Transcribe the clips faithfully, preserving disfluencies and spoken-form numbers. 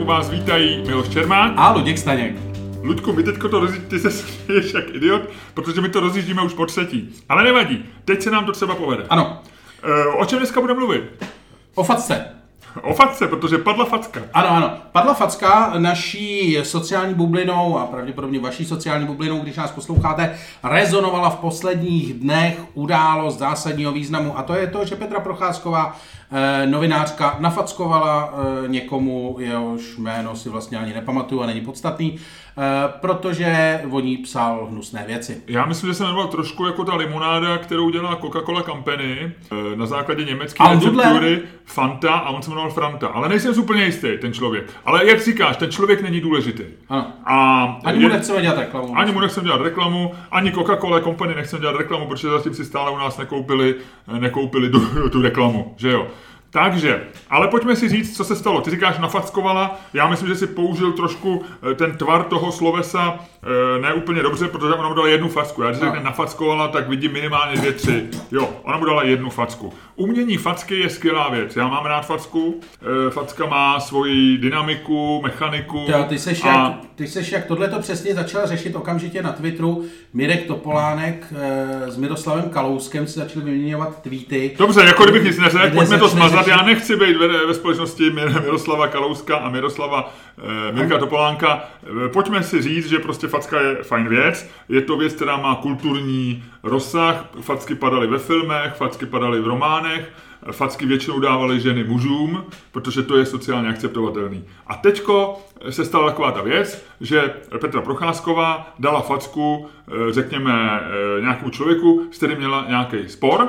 u vás vítají Miloš Čermák a Luděk Staněk. Luďku, my teďko to rozjíždíme, ty se směješ jak idiot, protože my to rozjíždíme už po třetí. Ale nevadí, teď se nám to třeba povede. Ano. E, o čem dneska budeme mluvit? O facce. O facce, protože padla facka. Ano, ano. Padla facka naší sociální bublinou a pravděpodobně vaší sociální bublinou, když nás posloucháte, rezonovala v posledních dnech událost zásadního významu. A to je to, že Petra Procházková, eh, novinářka, nafackovala eh, někomu, jehož jméno si vlastně ani nepamatuju a není podstatný, eh, protože o ní psal hnusné věci. Já myslím, že se jmenoval trošku jako ta limonáda, kterou dělá Coca-Cola Company eh, na základě německé receptury Fanta, a on se jmenoval Franta, ale nejsem úplně jistý, ten člověk. Ale jak říkáš, ten člověk není důležitý. Ano. A ani je, mu nechceme dělat reklamu. Ani mu nechceme dělat reklamu, ani Coca-Cola Company nechceme dělat reklamu, protože zatím si stále u nás nekoupili, nekoupili tu, tu reklamu, že jo. Takže, ale pojďme si říct, co se stalo. Ty říkáš nafackovala, já myslím, že si použil trošku ten tvar toho slovesa ne úplně dobře, protože ona mu dala jednu facku. Já když řekne nafackovala, tak vidím minimálně dvě, tři. Jo, ona mu dala jednu facku. Umění facky je skvělá věc. Já mám rád facku. Facka má svoji dynamiku, mechaniku. Jo, ty seš, a... jak, ty seš jak tohleto přesně začal řešit okamžitě na Twitteru. Mirek Topolánek e, s Miroslavem Kalouskem si začali vyměňovat tweety. Dobře, jako kdybych nic neřekl, pojďme to smazat. Já nechci být ve, ve společnosti Miroslava Kalouska a Miroslava e, Mirka Topolánka. E, pojďme si říct, že prostě facka je fajn věc. Je to věc, která má kulturní rozsah. Facky padaly ve filmech, facky padaly v románech. Facky většinou dávaly ženy mužům, protože to je sociálně akceptovatelný. A teďko se stala taková ta věc, že Petra Procházková dala facku, řekněme, nějakému člověku, s kterým měla nějaký spor.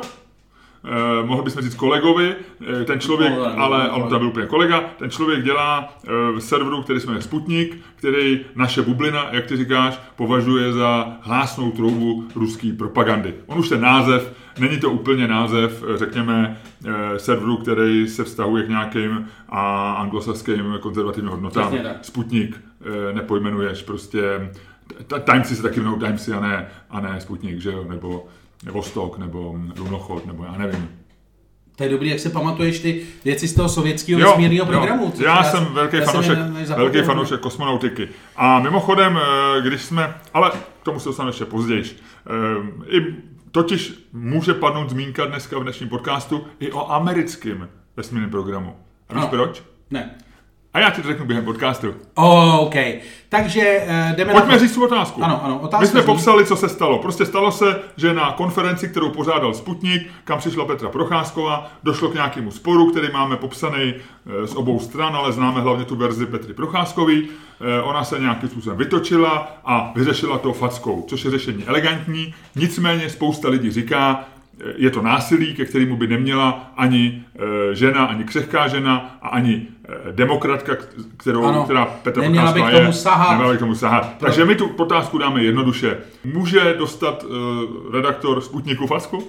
Eh, mohli bychom říct kolegovi, eh, ten člověk, no, no, ale on to byl úplně kolega, ten člověk dělá eh, v serveru, který se jmenuje Sputnik, který naše bublina, jak ty říkáš, považuje za hlásnou troubu ruské propagandy. On už ten název, není to úplně název, řekněme, eh, serveru, který se vztahuje k nějakým a anglosaským konzervativním hodnotám. Sputnik eh, nepojmenuješ, prostě Timesy se taky jmenou Timesy a ne, a ne Sputnik, že jo, nebo Vostok, nebo Lunochod, nebo já nevím. To je dobrý, jak se pamatuješ ty věci z toho sovětského vesmírného programu. Já, já jsem velký já fanoušek, velký fanoušek kosmonautiky. A mimochodem, když jsme, ale k tomu se dostaneme ještě později, i totiž může padnout zmínka dneska v dnešním podcastu i o americkém vesmírném programu. A víš no. proč? Ne. A já ti to řeknu během podcastu. Oh, OK. Takže uh, jdeme Pojďme na... říct tu otázku. Ano, ano, otázka. My jsme zní... popsali, co se stalo. Prostě stalo se, že na konferenci, kterou pořádal Sputnik, kam přišla Petra Procházková, došlo k nějakému sporu, který máme popsaný e, z obou stran, ale známe hlavně tu verzi Petry Procházkové. E, ona se nějakým způsobem vytočila a vyřešila to fackou, což je řešení elegantní. Nicméně spousta lidí říká, je to násilí, ke kterému by neměla ani e, žena, ani křehká žena a ani e, demokratka, kterou, ano, která Petra Procházková je, neměla by k tomu sahat. Pro... Takže my tu otázku dáme jednoduše. Může dostat e, redaktor Sputniku facku?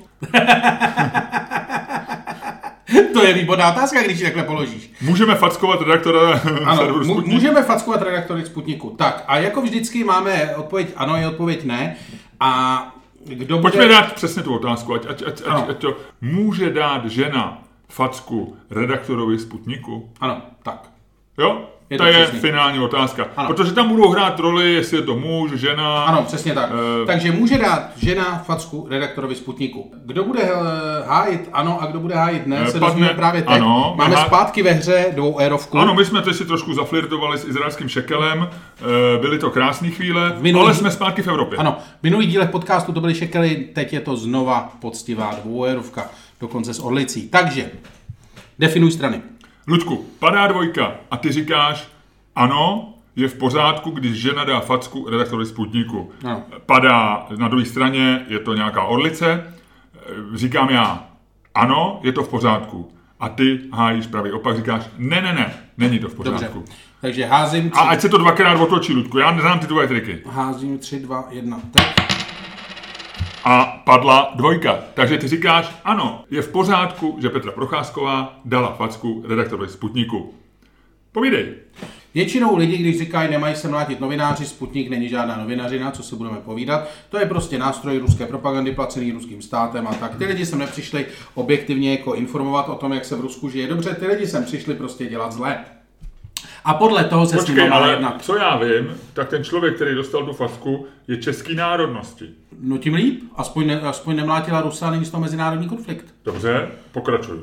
To je výborná otázka, když ji takhle položíš. Můžeme fackovat redaktora serveru Sputnik? Můžeme fackovat redaktory Sputniku. Tak a jako vždycky máme odpověď ano, je odpověď ne. A kdo bude... Pojďme dát přesně tu otázku, ať, ať, ať, ať, ať to může dát žena facku redaktorovi Sputniku? Ano, tak. Jo? Je to, to je finální otázka. Ano. Protože tam budou hrát roli, jestli je to muž, žena... Ano, přesně tak. E... Takže může dát žena facku redaktorovi Sputniku. Kdo bude hájit ano a kdo bude hájit ne, e, se dozvíme právě teď. Ano, máme há... zpátky ve hře dvou érovku. Ano, my jsme teď si trošku zaflirtovali s izraelským šekelem. E, byly to krásné chvíle, minulý... ale jsme zpátky v Evropě. Ano, v minulých dílech podcastu to byly šekely, teď je to znova poctivá dvouérovka, dokonce s orlicí. Takže, definuj strany. Luďku, padá dvojka a ty říkáš, ano, je v pořádku, když žena dá facku redaktorovi Sputniku. No. Padá na druhé straně, je to nějaká orlice, říkám já, ano, je to v pořádku. A ty hájíš pravý opak, říkáš, ne, ne, ne, není to v pořádku. Dobře. Takže házím... Tři... A ať se to dvakrát otočí, Ludku, já neznám ty tvoje triky. Házím tři, dva, jedna, tak. A padla dvojka. Takže ty říkáš, ano, je v pořádku, že Petra Procházková dala facku redaktorovi Sputniku. Povídej. Většinou lidi, když říkají, nemají se mlátit novináři, Sputnik není žádná novinařina, co se budeme povídat. To je prostě nástroj ruské propagandy placený ruským státem a tak. Ty lidi sem nepřišli objektivně jako informovat o tom, jak se v Rusku žije dobře, ty lidi sem přišli prostě dělat zlé. A podle toho se Počkej, s ním má ale jednat. co já vím, tak ten člověk, který dostal tu facku, je český národnosti. No tím líp, aspoň, ne, aspoň nemlátila Rusa, není z toho mezinárodní konflikt. Dobře, pokračuj.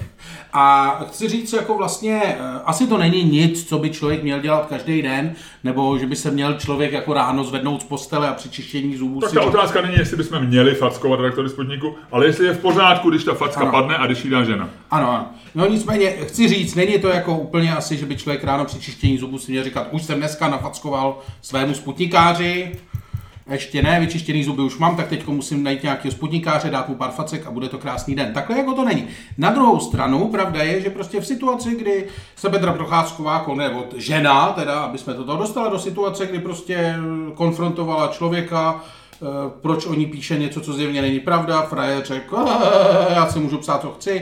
A chci říct, jako vlastně, asi to není nic, co by člověk měl dělat každý den, nebo že by se měl člověk jako ráno zvednout z postele a při čištění zubů. Tak ta otázka není, jestli bychom měli fackovat redaktory Sputniku, ale jestli je v pořádku, když ta facka ano. padne a když jí dá žena. Ano, ano. No nicméně, chci říct, není to jako úplně asi, že by člověk ráno při čištění zubů si měl říkat, už jsem dneska nafackoval svému sputnikáři, ještě ne, vyčištěný zuby už mám, tak teď musím najít nějakého sputnikáře, dát mu pár facek a bude to krásný den. Takhle jako to není. Na druhou stranu, pravda je, že prostě v situaci, kdy se Petra Procházková, nebo žena, teda, aby jsme to dostala do situace, kdy prostě konfrontovala člověka, proč o ní píše něco, co zjevně není pravda, frajer řekl, já si můžu psát, co chci,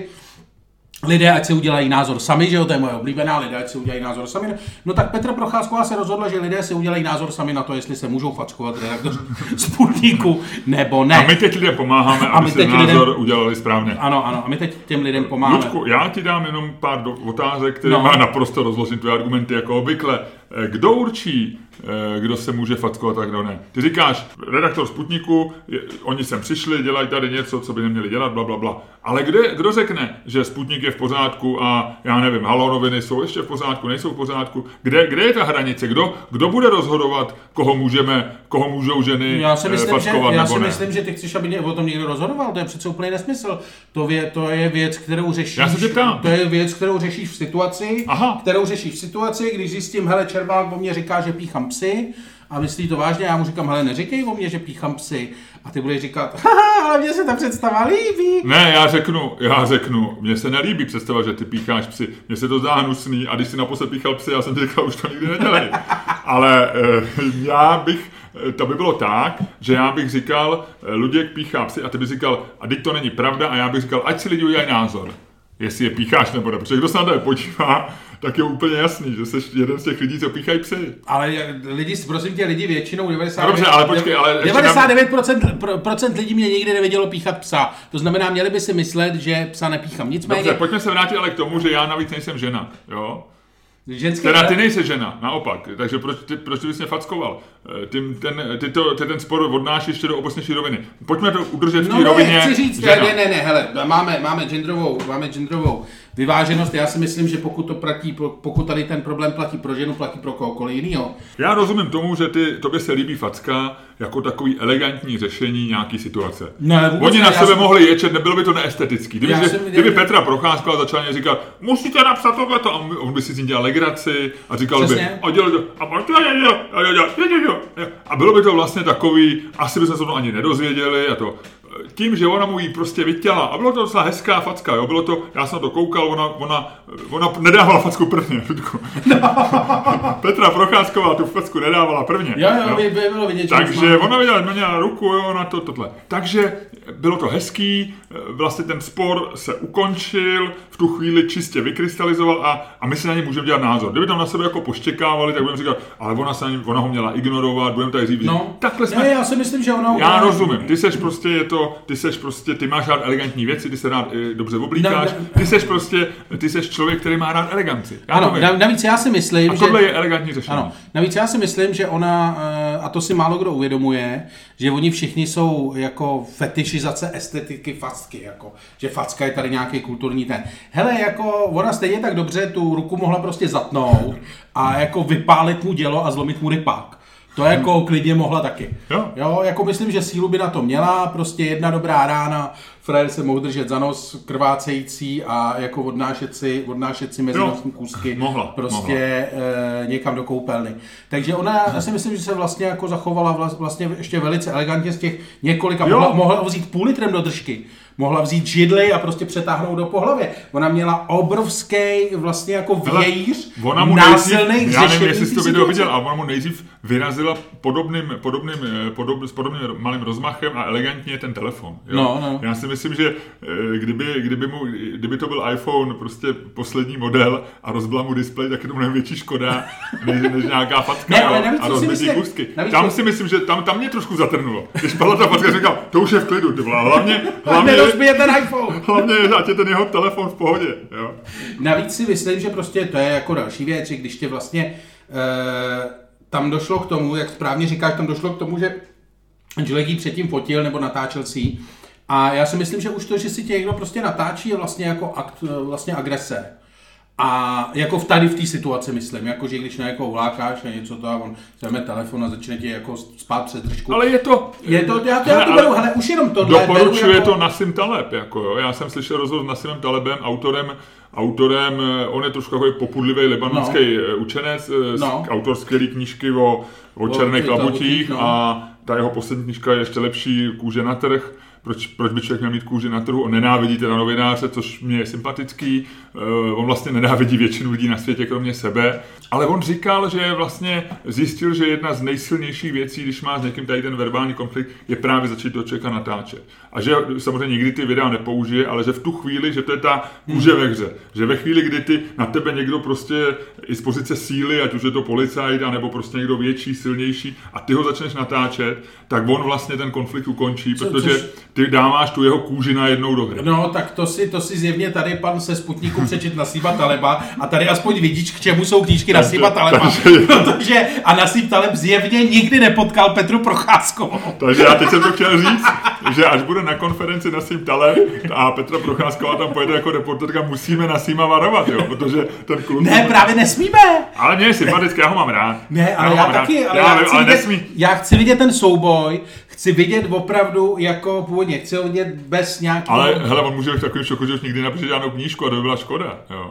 lidé, ať si udělají názor sami, že jo, to je moje oblíbená, lidé, ať si udělají názor sami. No tak Petra Procházková se rozhodla, že lidé si udělají názor sami na to, jestli se můžou fackovat redaktoři Sputniku, nebo ne. A my teď lidem pomáháme, aby si názor lidem udělali správně. Ano, ano, a my teď těm lidem pomáháme. Luďku, já ti dám jenom pár do, otázek, které no. má naprosto rozložit tvoje argumenty jako obvykle. Kdo určí, kdo se může fackovat a kdo ne? Ty říkáš, redaktor Sputniku, je, oni sem přišli, dělají tady něco, co by neměli dělat, bla, bla, bla. Ale kde, kdo řekne, že Sputnik je v pořádku a já nevím, Haló noviny jsou ještě v pořádku, nejsou v pořádku? Kde, kde je ta hranice? Kdo, kdo bude rozhodovat, koho můžeme, koho můžou ženy já si myslím, fackovat že, já nebo si ne? myslím, že ty chceš, aby o tom někdo rozhodoval, to je přece úplný nesmysl. To, je, to je věc, kterou řešíš. Já se tě ptám. To je věc, kterou řešíš v situaci, Aha. kterou řešíš v situaci, když zjistím, hele, Červák o mě říká, že píchám psy, a myslí to vážně, já mu říkám, hele, neříkej o mě, že píchám psy. A ty budeš říkat, haha, ale mně se ta představa líbí. Ne, já řeknu, já řeknu, mně se nelíbí představa, že ty pícháš psy. Mně se to zdá hnusný a když si naposled píchal psy, já jsem ti říkal, už to nikdy nedělej. Ale eh, já bych, to by bylo tak, že já bych říkal, Luděk píchá psy a ty bys říkal, a teď to není pravda a já bych říkal, ať si lidi udělají názor. Jestli je pícháš nebo ne, protože kdo se na to podívá, tak je úplně jasný, že jsi jeden z těch lidí, co píchají psy. Ale lidi, prosím tě, lidi většinou devadesát devět, Dobře, ale počkej, ale devadesát devět procent lidí mě nikdy nevidělo píchat psa. To znamená, měli by si myslet, že psa nepíchám. Nicméně... Dobře, pojďme se vrátit ale k tomu, že já navíc nejsem žena, jo? Ženské... Teda ty nejsi žena, naopak, takže proč ty, proč ty bys mě fackoval? Ty ten, ty, to, ty ten spor odnáš ještě do obecnější roviny. Pojďme to udržet v té no, rovině. No chci říct, žena. ne, ne, ne, hele, máme, máme genderovou, máme genderovou vyváženost. Já si myslím, že pokud to platí, pokud tady ten problém platí pro ženu, platí pro kohokoliv jinýho. Já rozumím tomu, že ty, tobě se líbí facka jako takový elegantní řešení nějaký situace. Ne, Oni ne, na sebe jsem... mohli ječet, nebylo by to neestetický. Kdyby, že, jsem, kdyby Petra Procházková začala mě říkat, musíte napsat tohleto, a on by si s tím dělal legraci a říkal Přesně. by, a dělal to, a, a bylo by to vlastně takový, asi by se to ani nedozvěděli a to. Tím, že ona mu jí prostě vytěla. A bylo to docela hezká facka, jo. Bylo to, já jsem na to koukal, ona, ona, ona nedávala facku prvně. No. Petra Procházková tu facku nedávala prvně. Jo, jo, by, by bylo vidět, takže ona viděla, měla ruku, jo, na to, tohle. Takže bylo to hezký, vlastně ten spor se ukončil, v tu chvíli čistě vykrystalizoval a, a my si na něj můžeme dělat názor. Kdyby tam na sebe jako poštěkávali, tak budeme říkat, ale ona, se ní, ona ho měla ignorovat, budeme tady říct, no. Takhle jsme... Ne, já si myslím, že ona... Já rozumím, ty seš prostě, je to ty seš prostě, ty máš rád elegantní věci, ty se rád e, dobře oblíkáš, no, no, ty seš prostě, ty seš člověk, který má rád eleganci. Já ano, navíc já si myslím, a že... tohle je elegantní řešení. Ano, navíc já si myslím, že ona, a to si málo kdo uvědomuje, že oni všichni jsou jako fetišizace estetiky facky, jako, že facka je tady nějaký kulturní ten. Hele, jako ona stejně tak dobře tu ruku mohla prostě zatnout a jako vypálit mu dělo a zlomit mu rypák. To jako klidně mohla taky. Jo. jo, jako myslím, že sílu by na to měla, prostě jedna dobrá rána, frajer se mohl držet za nos krvácející a jako odnášet si, odnášet si mezi nosní kůzky mohla, prostě mohla. E, někam do koupelny. Takže ona, já si myslím, že se vlastně jako zachovala vlastně ještě velice elegantně z těch několika, mohla, mohla vzít půl litrem do držky. Mohla vzít židli a prostě přetáhnout do pohlavě. Ona měla obrovský vlastně jako vějíř násilných řešení. Já nevím, jestli jsi to video viděl, a ona mu nejdřív vyrazila podobným, podobným, podob, s podobným malým rozmachem a elegantně ten telefon. Jo? No, no. Já si myslím, že kdyby, kdyby, mu, kdyby to byl iPhone, prostě poslední model a rozbila mu displej, tak je to mnohem větší škoda, než, než nějaká facka ne, ale navíc, a rozbitý kůstky. Tam si myslím, že tam, tam mě trošku zatrnulo. Když padla ta facka, říkal, to už je v klidu, ty vole. Hlavně, hlavně rozbije ten iPhone. Hlavně, ať je ten jeho telefon v pohodě. Jo. Navíc si myslím, že prostě to je jako další věc, že když tě vlastně e, tam došlo k tomu, jak správně říkáš, tam došlo k tomu, že člověk jí předtím fotil nebo natáčel si ji. A já si myslím, že už to, že si tě někdo prostě natáčí, je vlastně jako akt, vlastně agrese. A jako v tady v té situaci myslím, jako že když na někoho vlákáš a něco to a on vezme telefon a začne tě jako spát před držku. Ale je to... Je to, já to, já to beru, hele, už jenom tohle. Doporučuje jako... to Nassim Taleb, jako jo. Já jsem slyšel rozhovor s Nassimem Talebem, autorem, autorem, on je trošku takový popudlivý libanonský no. učenec, no. autor skvělý knížky o, o černých labutích no. a ta jeho poslední knížka je ještě lepší, Kůže na trh. Proč, proč by člověk měl mít kůži na trhu? On nenávidí teda novináře, což mě je sympatický. Uh, on vlastně nenávidí většinu lidí na světě, kromě sebe. Ale on říkal, že vlastně zjistil, že jedna z nejsilnějších věcí, když má s někým tady ten verbální konflikt, je právě začít toho člověka natáčet. A že samozřejmě nikdy ty videa nepoužije, ale že v tu chvíli, že to je ta kůže ve hře. Že ve chvíli, kdy ty na tebe někdo prostě i z pozice síly, ať už je to policajt, anebo prostě někdo větší, silnější, a ty ho začneš natáčet, tak on vlastně ten konflikt ukončí, Co, protože což... ty dáváš tu jeho kůži na jednou do hry. No, tak to si, to si zjevně tady pan se Sputniku přečet Nassima Taleba a tady aspoň vidíš, k čemu jsou knížky Nassima Taleba. Protože a Nassim Taleb zjevně nikdy nepotkal Petru Procházkovou. Takže já teď jsem to chtěl říct, že až bude na konferenci Nassim Taleb a Petra Procházková tam pojede jako reporterka, musíme Nassima varovat, jo, protože ten kluk... Ne, právě nesmíme. Ale mě je sympatický, já ho mám rád. Ne, ale já, já taky, ale, já, já, chci ale vidět, nesmí. Já chci vidět ten souboj, chci vidět opravdu jako původně, chci vidět bez nějakého... Ale hele, on může být takový šoku, že už nikdy napíše žádnou knížku a to by byla škoda, jo.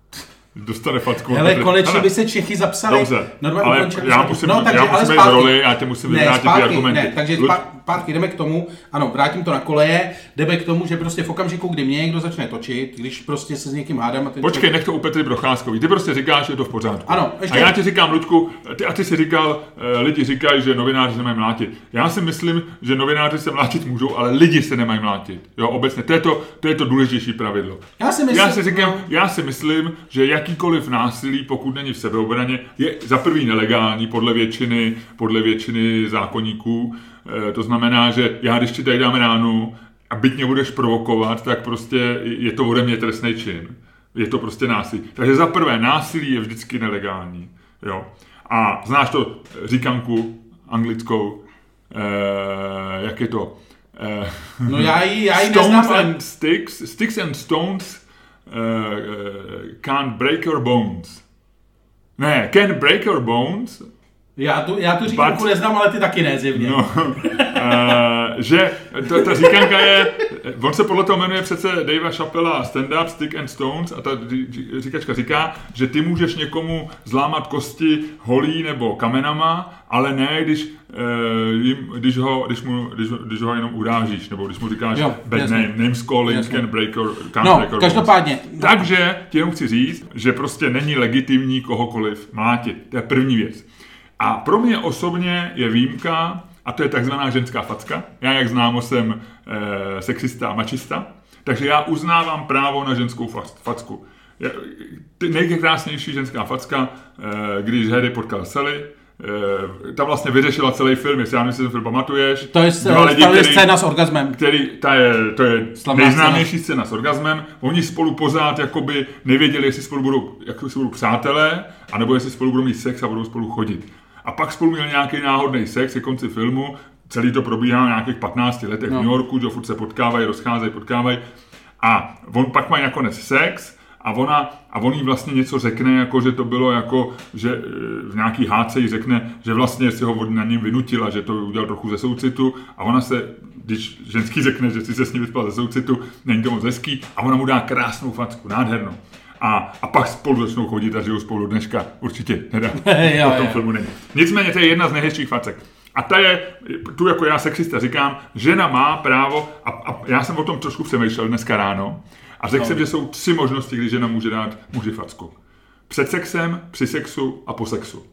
Dostane facku. Hele, konečně by se Čechy zapsali. Dobře, ale já musím, no, takže, já musím být v roli, já tě musím vyvrátit ty argumenty. Ne, takže zpátky jdeme k tomu, ano, vrátím to na koleje, jdeme k tomu, že prostě v okamžiku, kdy mě někdo začne točit, když prostě se s někým hádám a ten Počkej, člověk... nech to u Petry Procházkový, ty prostě říkáš, že je to v pořádku. Ano, ještě... A já ti říkám, Luďku, ty, a ty si říkal, lidi říkají, že novináři se nemají mlátit. Já si myslím, že novináři se mlátit můžou, ale lidi se nemají mlátit. Jo, obecně, to je to, to, je to důležitější pravidlo. Já si myslím, já si říkám, no... já si myslím, že jakýkoliv násilí, pokud není v sebeobraně, je za prvý nelegální podle většiny, podle většiny zákonníků. E, to znamená, že já, když ti tady dám ránu a byť mě budeš provokovat, tak prostě je to ode mě trestný čin. Je to prostě násilí. Takže za prvé, násilí je vždycky nelegální. Jo. A znáš to říkanku anglickou, e, jak je to? E, no já ji, já ji stones neznám, ale... and sticks, sticks and stones Uh, uh, can't break your bones. Ne, can break your bones. Já tu, já tu říkanku but, neznám, ale ty taky ne, zjevně. No, uh, že to, ta říkanka je, on se podle toho jmenuje přece Davea Chappella Stand Up, Stick and Stones a ta říkačka říká, že ty můžeš někomu zlámat kosti holí nebo kamenama, ale ne, když, uh, když, ho, když, mu, když, když ho jenom urážíš, nebo když mu říkáš jo, bad jasný. name, names calling, jasný. can break your, can't no, break your každopádně. bones. Takže ti jenom chci říct, že prostě není legitimní kohokoliv mlátit. To je první věc. A pro mě osobně je výjimka, a to je takzvaná ženská facka. Já, jak známo, jsem e, sexista a mačista, takže já uznávám právo na ženskou facku. Nejkrásnější ženská facka, e, když Harry potkal Sally, e, ta vlastně vyřešila celý film, jestli já myslím, že film pamatuješ. To je, lidi, to je scéna s orgasmem. Který, ta je, to je nejznámější scéna s orgasmem. Oni spolu pořád jakoby nevěděli, jestli spolu budou, jak spolu budou přátelé, anebo jestli spolu budou mít sex a budou spolu chodit. A pak spolu měl nějaký náhodný sex ke konci filmu, celý to probíhá v nějakých patnácti letech no. v New Yorku, že furt se potkávají, rozcházejí, potkávají. A on pak mají nakonec sex a ona, a on jí vlastně něco řekne, jako že to bylo jako, že v nějaký hádce jí řekne, že vlastně si ho na něm vynutila, že to udělal trochu ze soucitu a ona se, když ženský řekne, že si se s ním vyspal ze soucitu, není to moc hezký a ona mu dá krásnou facku, nádhernou. A, a pak spolu začnou chodit a žijou spolu dneška. Určitě, nedá. jo, v tom filmu není. Nicméně to je jedna z nejhezčích facek. A ta je, tu jako já sexista říkám, žena má právo, a, a já jsem o tom trošku přemýšlel dneska ráno, a řekl no. jsem, že jsou tři možnosti, kdy žena může dát muži facku. Před sexem, při sexu a po sexu.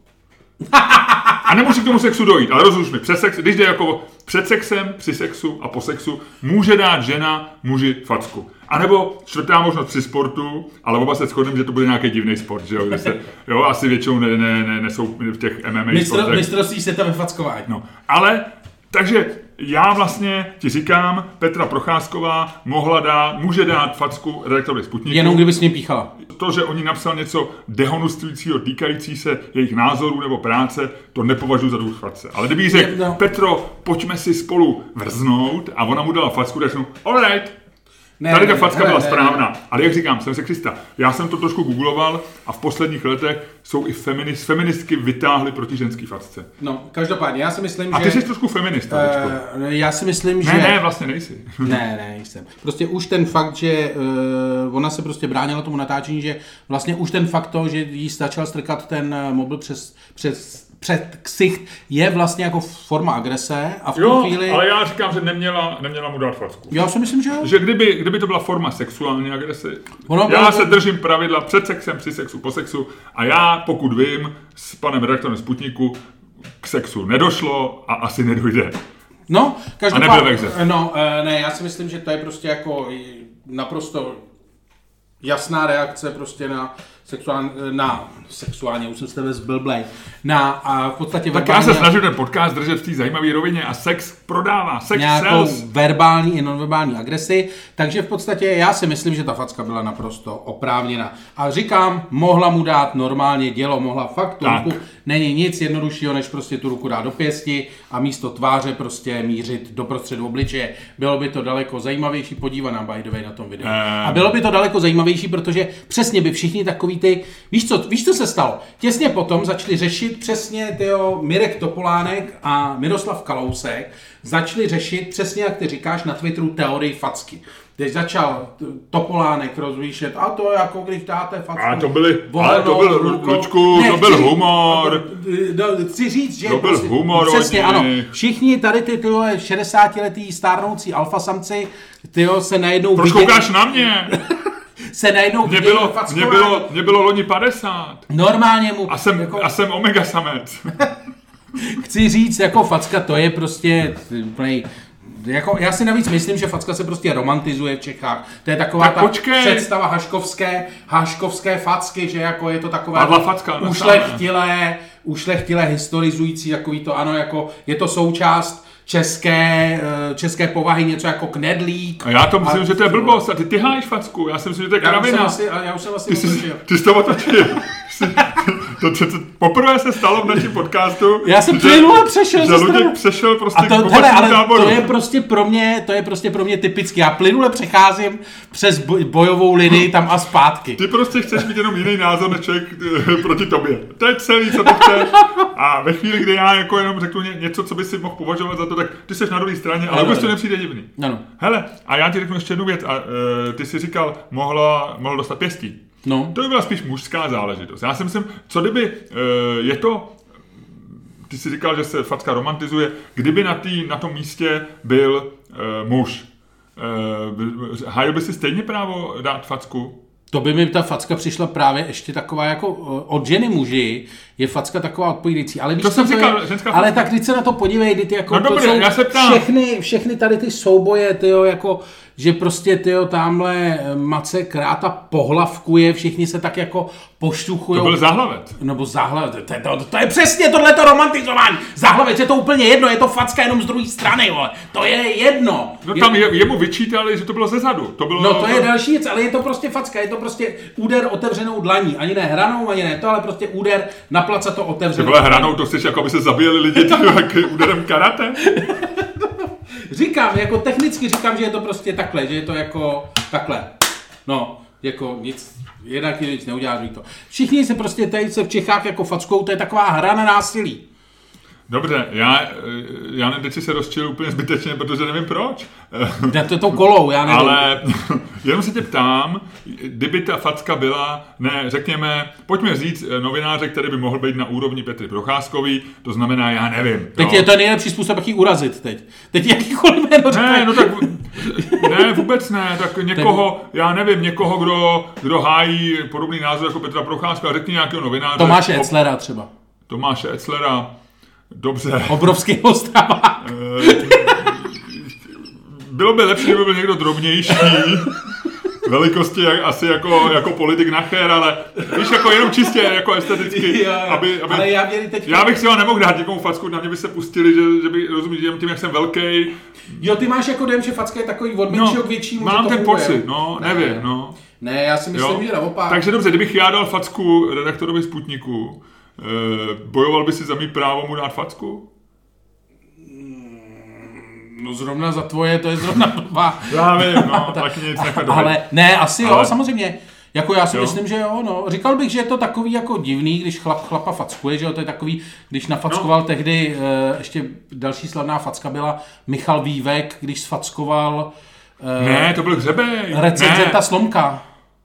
A nemusí k tomu sexu dojít, ale rozluč mi, před sex, když jde jako před sexem, při sexu a po sexu, může dát žena muži facku. A nebo čtvrtá možnost při sportu, ale oba se shodneme, že to bude nějaký divný sport, že jo, kde se, jo, asi většinou ne, ne, ne, nesou v těch M M A Mistro, sportech. Mistrovství světa ve fackování. No, ale, takže já vlastně ti říkám, Petra Procházková mohla dát, může dát facku redaktorovi Sputniku. Jenom kdyby s ním píchala. To, že oni napsal něco dehonestujícího týkající se jejich názorů nebo práce, to nepovažuji za důvod facce. Ale kdyby jí řekl, no. Petro, pojďme si spolu vrznout a ona mu dala facku, tak řeknu, all right. Ne, tady ta facka ne, byla ne, správná, ne. Ale jak říkám, jsem sexista. Já jsem to trošku googloval a v posledních letech jsou i feminist, feministky vytáhly proti ženský facce. No, každopádně, já si myslím, a že... A ty jsi trošku feminista, uh, Já si myslím, že... Ne, ne, vlastně nejsi. ne, ne, nejsem. Prostě už ten fakt, že uh, ona se prostě bránila tomu natáčení, že vlastně už ten fakt to, že jí stačil strkat ten mobil přes... přes před ksicht je vlastně jako forma agrese a v tu jo, chvíli... ale já říkám, že neměla, neměla mu dát facku. Já si myslím, že jo. Že kdyby, kdyby to byla forma sexuální agrese, ono já bylo... se držím pravidla před sexem, při sexu, po sexu a já, pokud vím, s panem redaktorem Sputniku k sexu nedošlo a asi nedojde. No, každopádně... A nebyl vexet. No, ne, já si myslím, že to je prostě jako naprosto jasná reakce prostě na sexuální, na sexuálně, už jsem s tebe zblblej, na a v podstatě... Tak já se snažím ten podcast držet v té zajímavé rovině a sex prodává, sex nějakou sells. verbální i nonverbální agresi, takže v podstatě já si myslím, že ta facka byla naprosto oprávněna. A říkám, mohla mu dát normálně dělo, mohla fakt tu ruku, není nic jednoduššího, než prostě tu ruku dát do pěsti a místo tváře prostě mířit do prostředu obličeje. Bylo by to daleko zajímavější, podívaná by the way na tom videu. Um. A bylo by to daleko zajímavější, protože přesně by všichni takový ty, víš co, víš co se stalo? Těsně potom začali řešit přesně tyjo, Mirek Topolánek a Miroslav Kalousek začali řešit přesně, jak ty říkáš, na Twitteru teorii facky. Teď začal Topolánek rozvíšet, a to jako když dáte facku. A to byly, ale to byl, Lučku, ne, to byl chci, humor. No, chci říct, že... To byl prostě, humor. Přesně, ano. Všichni tady ty tyhle šedesátiletí stárnoucí alfasamci, tyjo, se najednou... Proč koukáš na mě? se najednou mě bylo, mě bylo, mě bylo loni padesát. Normálně mu... A jsem, jako, a jsem omega samec. Chci říct, jako facka, to je prostě... Play, jako, já si navíc myslím, že facka se prostě romantizuje v Čechách. To je taková tak ta počkej. představa haškovské, haškovské facky, že jako je to takové facka, ušlechtilé, ušlechtilé historizující, takový to, ano, jako je to součást české, české povahy, něco jako knedlík. A já to myslím, a, že to je blbost. A ty ty hájíš facku. Já si myslím, že to je kravina. Já už jsem asi otočil. Ty jsi to otočil. To, to, to, poprvé se stalo v našem podcastu, já jsem plynule přešel že Luděk přešel prostě to, k hele, ale táboru. To je prostě pro mě, to je prostě pro mě typicky. Já plynule přecházím přes bojovou linii tam a zpátky. Ty prostě chceš mít jenom jiný názor než člověk proti tobě. To je celý, co ty chceš. A ve chvíli, kdy já jako jenom řeknu něco, co by si mohl považovat za to, tak ty jsi na druhé straně, ale vůbec to nepřijde divný. Ano. Hele, a já ti řeknu ještě jednu věc. A, uh, ty jsi říkal, mohla, mohla dostat pěstí. No. To by byla spíš mužská záležitost. Já si myslím, co kdyby, uh, je to, ty jsi říkal, že se facka romantizuje, kdyby na, tý, na tom místě byl uh, muž, uh, hájil by si stejně právo dát facku? To by mi ta facka přišla právě ještě taková jako od ženy muži, je facka taková odpovídající. Ale víš, to jsem co říkal, je, ženská ale facka. tak když se na to podívej, ty jako no to dobré, jsou já se ptám. všechny, všechny tady ty souboje, tyjo, jako že prostě tyjo, tamhle Mace Kráta pohlavkuje, všichni se tak jako poštuchujou. To byl záhlavec. Nebo záhlavec, to, to, to, to je přesně tohleto romantizování. Záhlavec je to úplně jedno, je to facka jenom z druhé strany, vole. To je jedno. No tam je, jemu vyčítali, že to bylo zezadu. To bylo, no to je další věc, ale je to prostě facka, je to prostě úder otevřenou dlaní. Ani ne hranou, ani ne to, ale prostě úder na placato otevřenou. To bylo hranou, to chceš, jako aby se zabíjeli lidi úderem karate? Říkám, jako technicky říkám, že je to prostě takhle, že je to jako takhle. No, jako nic, jednak nic neudělá, to. Všichni se prostě tady se v Čechách jako fackou, to je taková hra na násilí. Dobře, já, já nevím, teď si se rozčil úplně zbytečně, protože nevím proč. Já to je tou kolou, já nevím. Ale jenom se tě ptám, kdyby ta facka byla, ne, řekněme, pojďme říct novináře, který by mohl být na úrovni Petry Procházkový, to znamená, já nevím. Teď no. Je to nejlepší způsob, jak ji urazit teď. Teď jakýkoliv jméno řekne. Ne, no tak, ne, vůbec ne, tak někoho, já nevím, někoho, kdo, kdo hájí podobný názor jako Petra Procházková, řekni nějakého novináře. Tomáše Etzlera třeba. Tomáše Etzlera. Dobře. Obrovský ostravák. Bylo by lepší, kdyby byl někdo drobnější. velikosti asi jako, jako politik Nacher, ale víš, jako jenom čistě, jako esteticky, jo, jo. aby, aby... Ale já, teď... já bych si ho nemohl dát někomu facku, na mě by se pustili, že, že by, rozumíš, jenom tím, jak jsem velký. Jo, ty máš jako dojem, že facka je takový od menšího no, k většímu, mám ten funguje. pocit, no, ne. nevím, no. Ne, já si myslím, jo. že naopak. Takže dobře, kdybych já dal facku redaktorovi Sputniku, eh, bojoval by si za mý právo mu dát facku? No zrovna za tvoje, to je zrovna blbá. Já vím, no, tak nic nechat. Ale ne, asi ale... jo, samozřejmě. Jako já si jo. myslím, že jo, no. Říkal bych, že je to takový jako divný, když chlap chlapa fackuje, že jo, to je takový, když nafackoval no. tehdy, e, ještě další slavná facka byla Michal Vývek, když sfackoval... E, ne, to byl Hřebej. Recenzenta Slomka.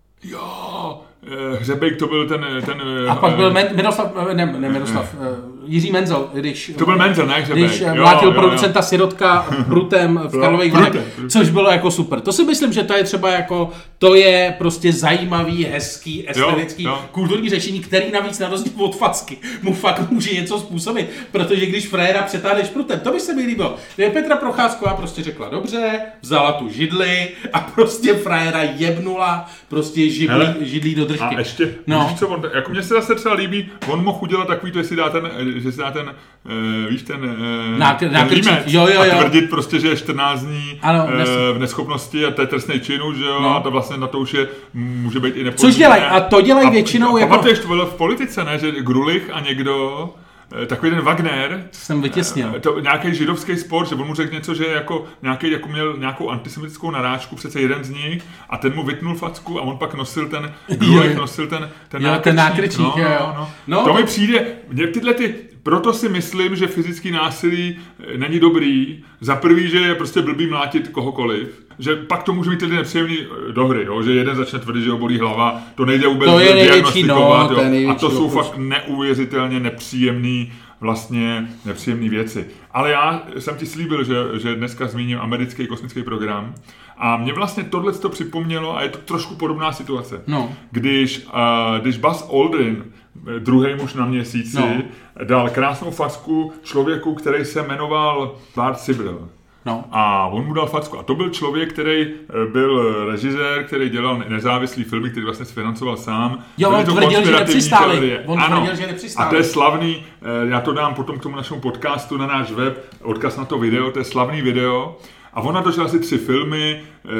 Jo, Hřebejk to byl ten... ten a pak byl Men, Miroslav, ne, ne Miroslav, ne. Jiří Menzel, když... To byl Menzel, ne Hřebejk. Když mlátil producenta Sirotka Brutem v Karlových Varech, což bylo jako super. To si myslím, že to je třeba jako, to je prostě zajímavý, hezký, estetický, jo, jo. kulturní řešení, který navíc na rozdíl od facky mu fakt může něco způsobit, protože když fréra přetáhneš prutem, to by se mi líbilo. Kdyby Petra Procházková prostě řekla, dobře, vzala tu židli a prostě fréra jebnula prostě židlí, židlí do držky. A ještě, no. víš co, on, jako mně se zase třeba líbí, on mohl udělat takový to, jestli dá ten, že si dá ten, uh, víš, ten, uh, na, ten na límec jo, jo, jo. a tvrdit prostě, že je čtrnáct dní ano, uh, v neschopnosti a to je trestnej činu, že jo, no. a to vlastně na to už je, může být i nepodmíněné. Což dělají, a to dělají většinou a, jako... Pamatuješ, to bylo v politice, ne, že Grulich a někdo... Takový ten Wagner, to jsem vytěsnil. To nějaký židovský sport, že on mu řekl něco, že jako nějaký, jako měl nějakou antisemitickou narážku, přece jeden z nich, a ten mu vytnul facku a on pak nosil ten, Grulich nosil ten, ten jo, nákrčník. Ten nákrčník no, jo. No, no. No, to mi přijde, mě tyhle ty, proto si myslím, že fyzický násilí není dobrý. Za prvý, že je prostě blbý mlátit kohokoliv. Že pak to může mít tedy nepříjemný do hry, jo? Že jeden začne tvrdit, že ho bolí hlava, to nejde vůbec to diagnostikovat. No, a to jsou fakt neuvěřitelně nepříjemný, vlastně nepříjemné věci. Ale já jsem ti slíbil, že, že dneska zmíním americký kosmický program a mě vlastně tohle to připomnělo a je to trošku podobná situace. No. Když, uh, když Buzz Aldrin, druhý muž na měsíci, no. dal krásnou facku člověku, který se jmenoval Bart Sibrel. No. A on mu dal facku. A to byl člověk, který byl režisér, který dělal nezávislý filmy, který vlastně financoval sám. Jo, on tvrdil, že nepřistáli. On ano. tvrdil, že nepřistáli. A to je slavný, já to dám potom k tomu našemu podcastu na náš web, odkaz na to video, to je slavný video. A on natočil asi tři filmy,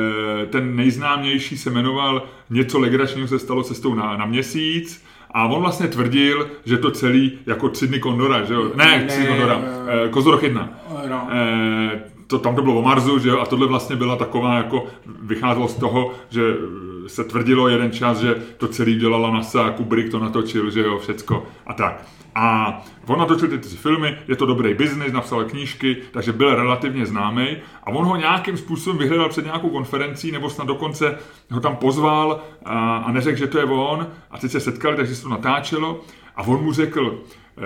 ten nejznámější se jmenoval Něco legračního se stalo cestou na, na měsíc. A on vlastně tvrdil, že to celý jako tři dny Kondora, že jo? Ne, ne tři dny Kondora, ne, Kozorok jedna. No. E, to, tam to bylo o Marsu, že jo? A tohle vlastně byla taková, jako vycházelo z toho, že se tvrdilo jeden čas, že to celý dělala NASA, Kubrick to natočil, že jo, všecko a tak. A on natočil ty tři filmy, je to dobrý biznis, napsal knížky, takže byl relativně známý a on ho nějakým způsobem vyhledal před nějakou konferencí, nebo snad dokonce ho tam pozval a, a neřekl, že to je on a teď se setkali, takže se to natáčelo a on mu řekl,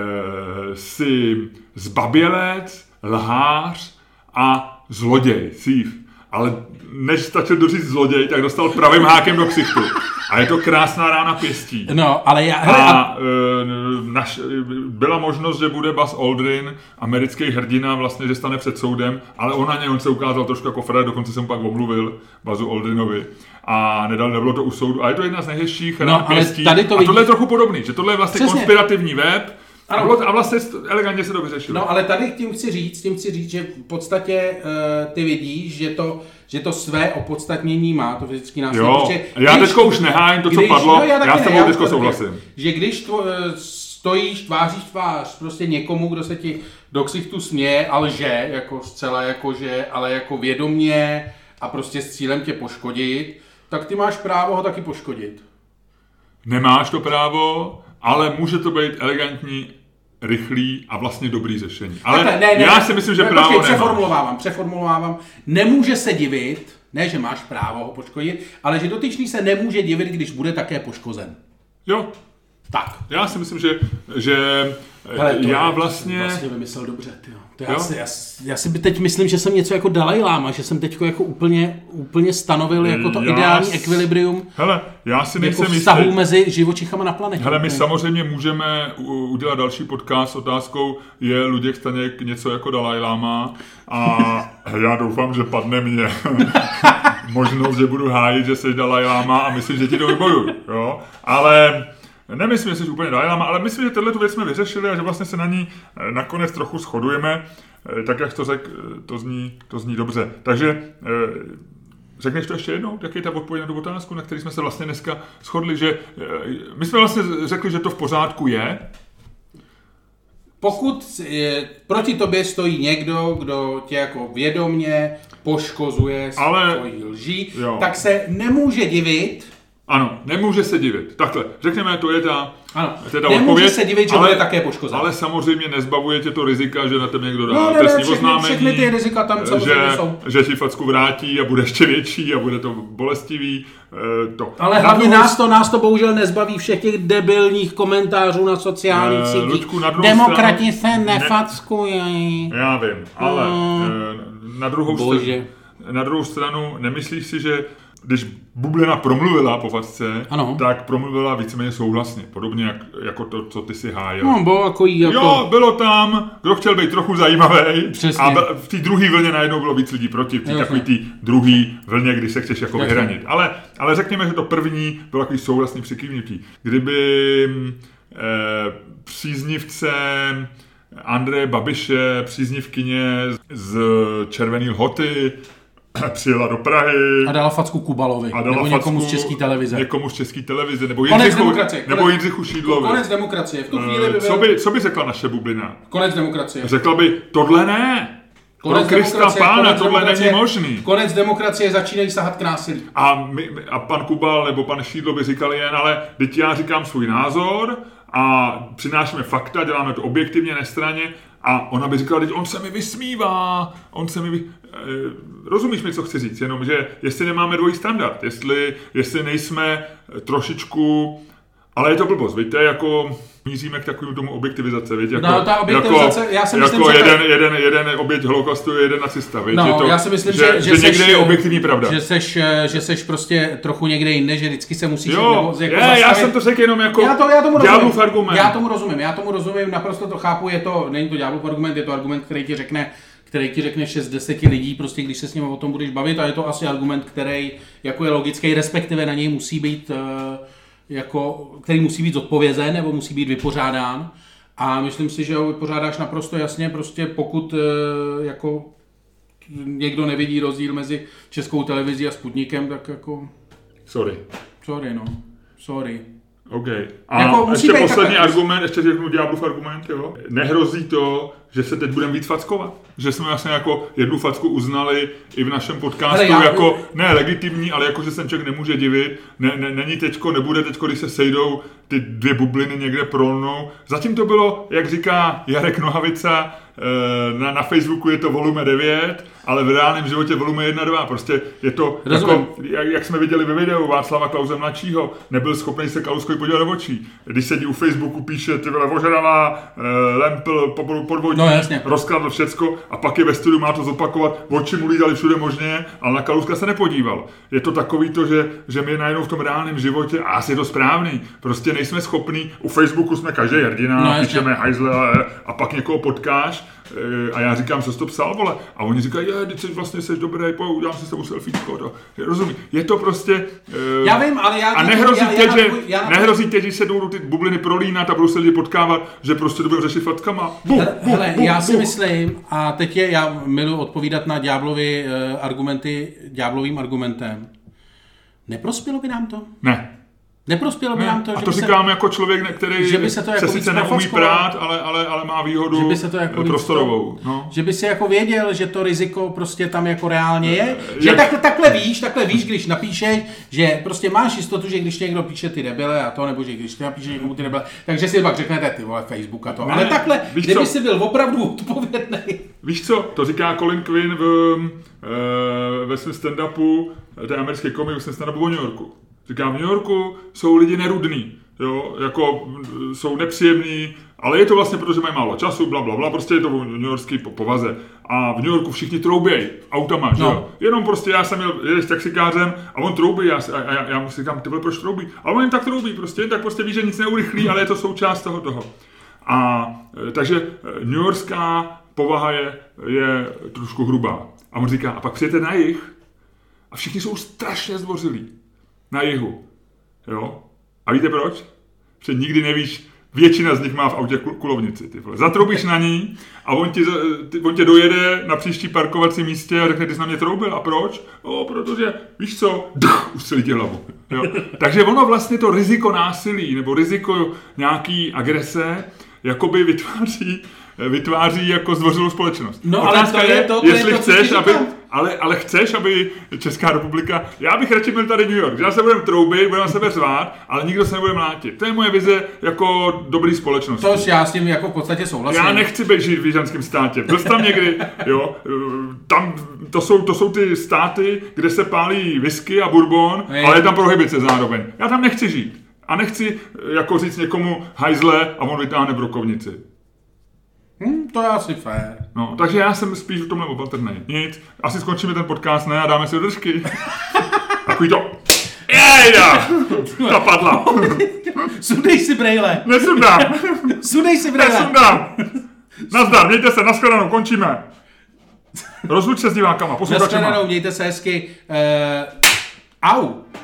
e, jsi zbabělec, lhář a zloděj, thief. Ale než stačil doříct zloděj, tak dostal pravým hákem do ksichtu. A je to krásná rána pěstí. No, ale já... Hele, a e, naš, byla možnost, že bude Buzz Aldrin, americký hrdina, vlastně, že stane před soudem, ale on na něj, on se ukázal trošku jako Fred, dokonce jsem pak omluvil Buzzu Aldrinovi. A nedal, nebylo to u soudu. A je to jedna z nejhezčích rán no, pěstí. A tohle vidí... je trochu podobný, že tohle je vlastně přesně konspirativní web, ano. A vlastně elegantně se to vyřešilo. No, ale tady tím chci říct, tím chci říct, že v podstatě uh, ty vidíš, že to, že to své opodstatnění má, to fyzický násilí. Jo, já teďko už nehájím to, co když, padlo, no, já, já s tebou teďko souhlasím. Že když tvo, stojíš tváříš tvář prostě někomu, kdo se ti do ksichtu směje a lže, jako zcela jako že, ale jako vědomně a prostě s cílem tě poškodit, tak ty máš právo ho taky poškodit. Nemáš to právo, ale může to být elegantní, rychlý a vlastně dobrý řešení. Ale ne, ne, já si myslím, že ne, právo počkej, nemá. Přeformulovávám, přeformulovávám. Nemůže se divit, ne, že máš právo ho poškodit, ale že dotyčný se nemůže divit, když bude také poškozen. Jo. Tak. Já si myslím, že, že hele, já vlastně... vlastně vymyslel dobře, tyjo. Já si, já, já si teď myslím, že jsem něco jako Dalaj Lama, že jsem teď jako úplně, úplně stanovil jako to já ideální s... ekvilibrium hele, já si nejsem jako vztahu jistý. Mezi živočichama na planetě. Hele, my samozřejmě můžeme udělat další podcast s otázkou, je Luděk Staněk něco jako Dalaj Lama a já doufám, že padne mě možnost, že budu hájit, že jsi Dalaj Lama a myslím, že ti to vybojuju, jo, ale... Nemyslím, že jsi úplně Dalaj Lama, ale myslím, že tenhle tu věc jsme vyřešili a že vlastně se na ní nakonec trochu shodujeme, tak jak to řek, to zní, to zní dobře. Takže řekneš to ještě jednou, jak je ta odpověď na tu otázku, na který jsme se vlastně dneska shodli, že my jsme vlastně řekli, že to v pořádku je. Pokud je, proti tobě stojí někdo, kdo tě jako vědomně poškozuje svojí lží, jo. tak se nemůže divit. Ano, nemůže se divit. Takhle, řekněme, to je ta, ano. To je ta nemůže odpověď, se divit, že ale, bude také poškozený. Ale samozřejmě nezbavuje tě to rizika, že na tebe někdo dá no, trestní všechny, oznámení, všechny ty rizika tam že, jsou. že ti facku vrátí a bude ještě větší a bude to bolestivý. E, to. Ale na hlavně druhou... nás, to, nás to bohužel nezbaví všech těch debilních komentářů na sociálních e, sítích. Demokrati stranu, se nefackují. Ne, já vím, ale mm. e, na, druhou stranu, na druhou stranu nemyslíš si, že když bublina promluvila po facce, ano. tak promluvila víceméně souhlasně. Podobně jak, jako to, co ty si hájil. No, bylo jako, jako... Jo, bylo tam, kdo chtěl být trochu zajímavý. Přesně. A v té druhé vlně najednou bylo víc lidí proti. V té takový té druhé vlně, kdy se chceš jako vyhranit. Ale, ale řekněme, že to první bylo takový souhlasný přikývnutí. Kdyby eh, příznivce Andreje Babiše, příznivkyně z Červené Lhoty, přijela do Prahy. A dala facku Kubalovi. A dala nebo někomu z České televize. Někomu z České televize. Nebo Jindřichu, nebo Jindřichu Šídlovi. Konec demokracie. V tu chvíli by byl... co, by, co by řekla naše bublina? Konec demokracie. Řekla by, tohle ne. Konec Pro Krista pána, tohle není možný. Konec demokracie, začínají sahat k násilí. A, my, a pan Kubal nebo pan Šídlo by říkali jen, ale teď já říkám svůj názor a přinášíme fakta, děláme to objektivně, nestranně. A ona by říkala, teď on se mi vysmívá, on se mi vy... e, rozumíš mi, co chci říct, jenom, že jestli nemáme dvojí standard, jestli, jestli nejsme trošičku, ale je to blbost, víte, jako míříme k takovému tomu objektivizace, víte, jako, no, ta objektivizace, jako, já si myslím, jako že jeden, jeden, jeden oběť holokaustu je jeden nacista, víte, no, to, já si myslím, že, že, že, že někde seš, je objektivní pravda. Že seš, že seš prostě trochu někde jinde, že vždycky se musíš jo, jako je, já jsem to řekl jenom jako já to, já tomu ďáblův argument. Já tomu rozumím, já tomu rozumím, naprosto to chápu, je to, není to ďáblův argument, je to argument, který ti řekne, který ti řekne šest z deseti lidí, prostě když se s ním o tom budeš bavit a je to asi argument, který jako je logický, respektive na něj musí být jako, který musí být zodpovězen nebo musí být vypořádán. A myslím si, že ho vypořádáš naprosto jasně, prostě pokud jako někdo nevidí rozdíl mezi Českou televizí a Sputnikem, tak jako... Sorry. Sorry, no. Sorry. OK. A jako ještě poslední tak... argument, ještě řeknu ďáblův argument, jo. Nehrozí to, že se teď budeme víc fackovat. Že jsme vlastně jako jednu facku uznali i v našem podcastu já... jako, ne legitimní, ale jako, že se člověk nemůže divit. Ne, ne, není teďko, nebude teďko, když se sejdou ty dvě bubliny někde prolnou. Zatím to bylo, jak říká Jarek Nohavica, na, na Facebooku je to volume devět, ale v reálném životě volume jedna dva. Prostě je to, jako, jak, jak jsme viděli ve videu Václava Klause mladšího, nebyl schopný se Kalouskovi podívat do očí. Když sedí u Facebooku, píše, ty vole, ožravá, lempl, podvodník, no, rozkladl všecko a pak je ve studiu, má to zopakovat, oči mu lídali všude možně, ale na Kalouska se nepodíval. Je to takový to, že, že my najednou v tom reálném životě, a asi je to správný, prostě nejsme schopní, u Facebooku jsme každý hrdina, no, píšeme hajzle a pak někoho potkáš a já říkám, co jsi to psal, vole, a oni říkají, je, teď jsi vlastně jsi dobrý, pojď, udělám si s tebou selfiečko, to, rozumím, je to prostě, já vím, ale já, a nehrozí já, tě, já, že, já, já, nehrozí tě, že se jdou ty bubliny prolínat a budou se lidi potkávat, že prostě to budou řešit fatkama. Buh, buh, hele, buh, já buh. si myslím, a teď je, já miluji odpovídat na ďáblovy uh, argumenty, ďáblovým argumentem. Neprospělo by nám to? Ne. Neprospělo by ne, nám to, a že to by říkám se, jako člověk, který že by se, to jako se sice neumí prát, ale, ale, ale má výhodu že by se to jako prostorovou. To, no. Že by si jako věděl, že to riziko prostě tam jako reálně je. Že Jak... takhle, takhle víš, takhle víš, když napíšeš, že prostě máš jistotu, že když někdo píše ty debile a to, nebo že když ty napíšeš někomu ty debile, takže si pak řeknete ty vole Facebook a to. Ne, ale takhle, kdyby co? si byl opravdu odpovědný. Víš co, to říká Colin Quinn v, e, ve svém stand-upu, té americké komik ve svém stand-upu o New Yorku. Říkám, v New Yorku jsou lidi nerudný, jo, jako jsou nepříjemní Ale je to vlastně, protože mají málo času, bla, bla, bla, prostě je to v newyorský povaze. A v New Yorku všichni troubějí autama, že jo? No. Jenom prostě já jsem jel, jedeš s taxikářem a on troubí a, a já, já mu si říkám, ty vole, proč troubí? Ale on jen tak troubí prostě, tak prostě ví, že nic neurychlí, ale je to součást toho toho. A takže newyorská povaha je, je trošku hrubá. A on říká, a pak přijete na jih a všichni jsou strašně zdvořilí. Na jihu. Jo? A víte proč? Protože nikdy nevíš, většina z nich má v autě kulovnici. Ty vole. Zatroubíš na ní a on, ti, on tě dojede na příští parkovací místě a řekne, ty jsi na mě troubil. A proč? O, protože, víš co, duch, ustřelí tě hlavu. Jo? Takže ono vlastně to riziko násilí nebo riziko nějaký agrese jakoby vytváří, vytváří jako zdvořilou společnost. No, ale to je to, to jestli je to, chceš, aby, ale, ale chceš, aby Česká republika, já bych radši byl tady New York, že se budeme troubit, budeme sebe řvát, ale nikdo se nebude mlátit. To je moje vize jako dobrý společnosti. To já s tím jako v podstatě souhlasím. Já nechci být žít v jižanském státě. Byl tam někdy, jo, tam, to jsou, to jsou ty státy, kde se pálí whisky a bourbon, je. Ale je tam prohibice zároveň. Já tam nechci žít. A nechci jako říct někomu hajzle a on vytáhne brokovnici. Hmm, to je asi fér. No, takže já jsem spíš v tomhle opatrný. Nic, asi skončíme ten podcast, ne, a dáme si držky. Takový to. Jejda! Ta padla. Sundej si brejle. Nesundám. Sundej si brejle. Nesundám. Nazdar, mějte se, nashledanou, končíme. Rozluč se s divákama, posluchačima. Nashledanou, mějte se hezky. Uh, au.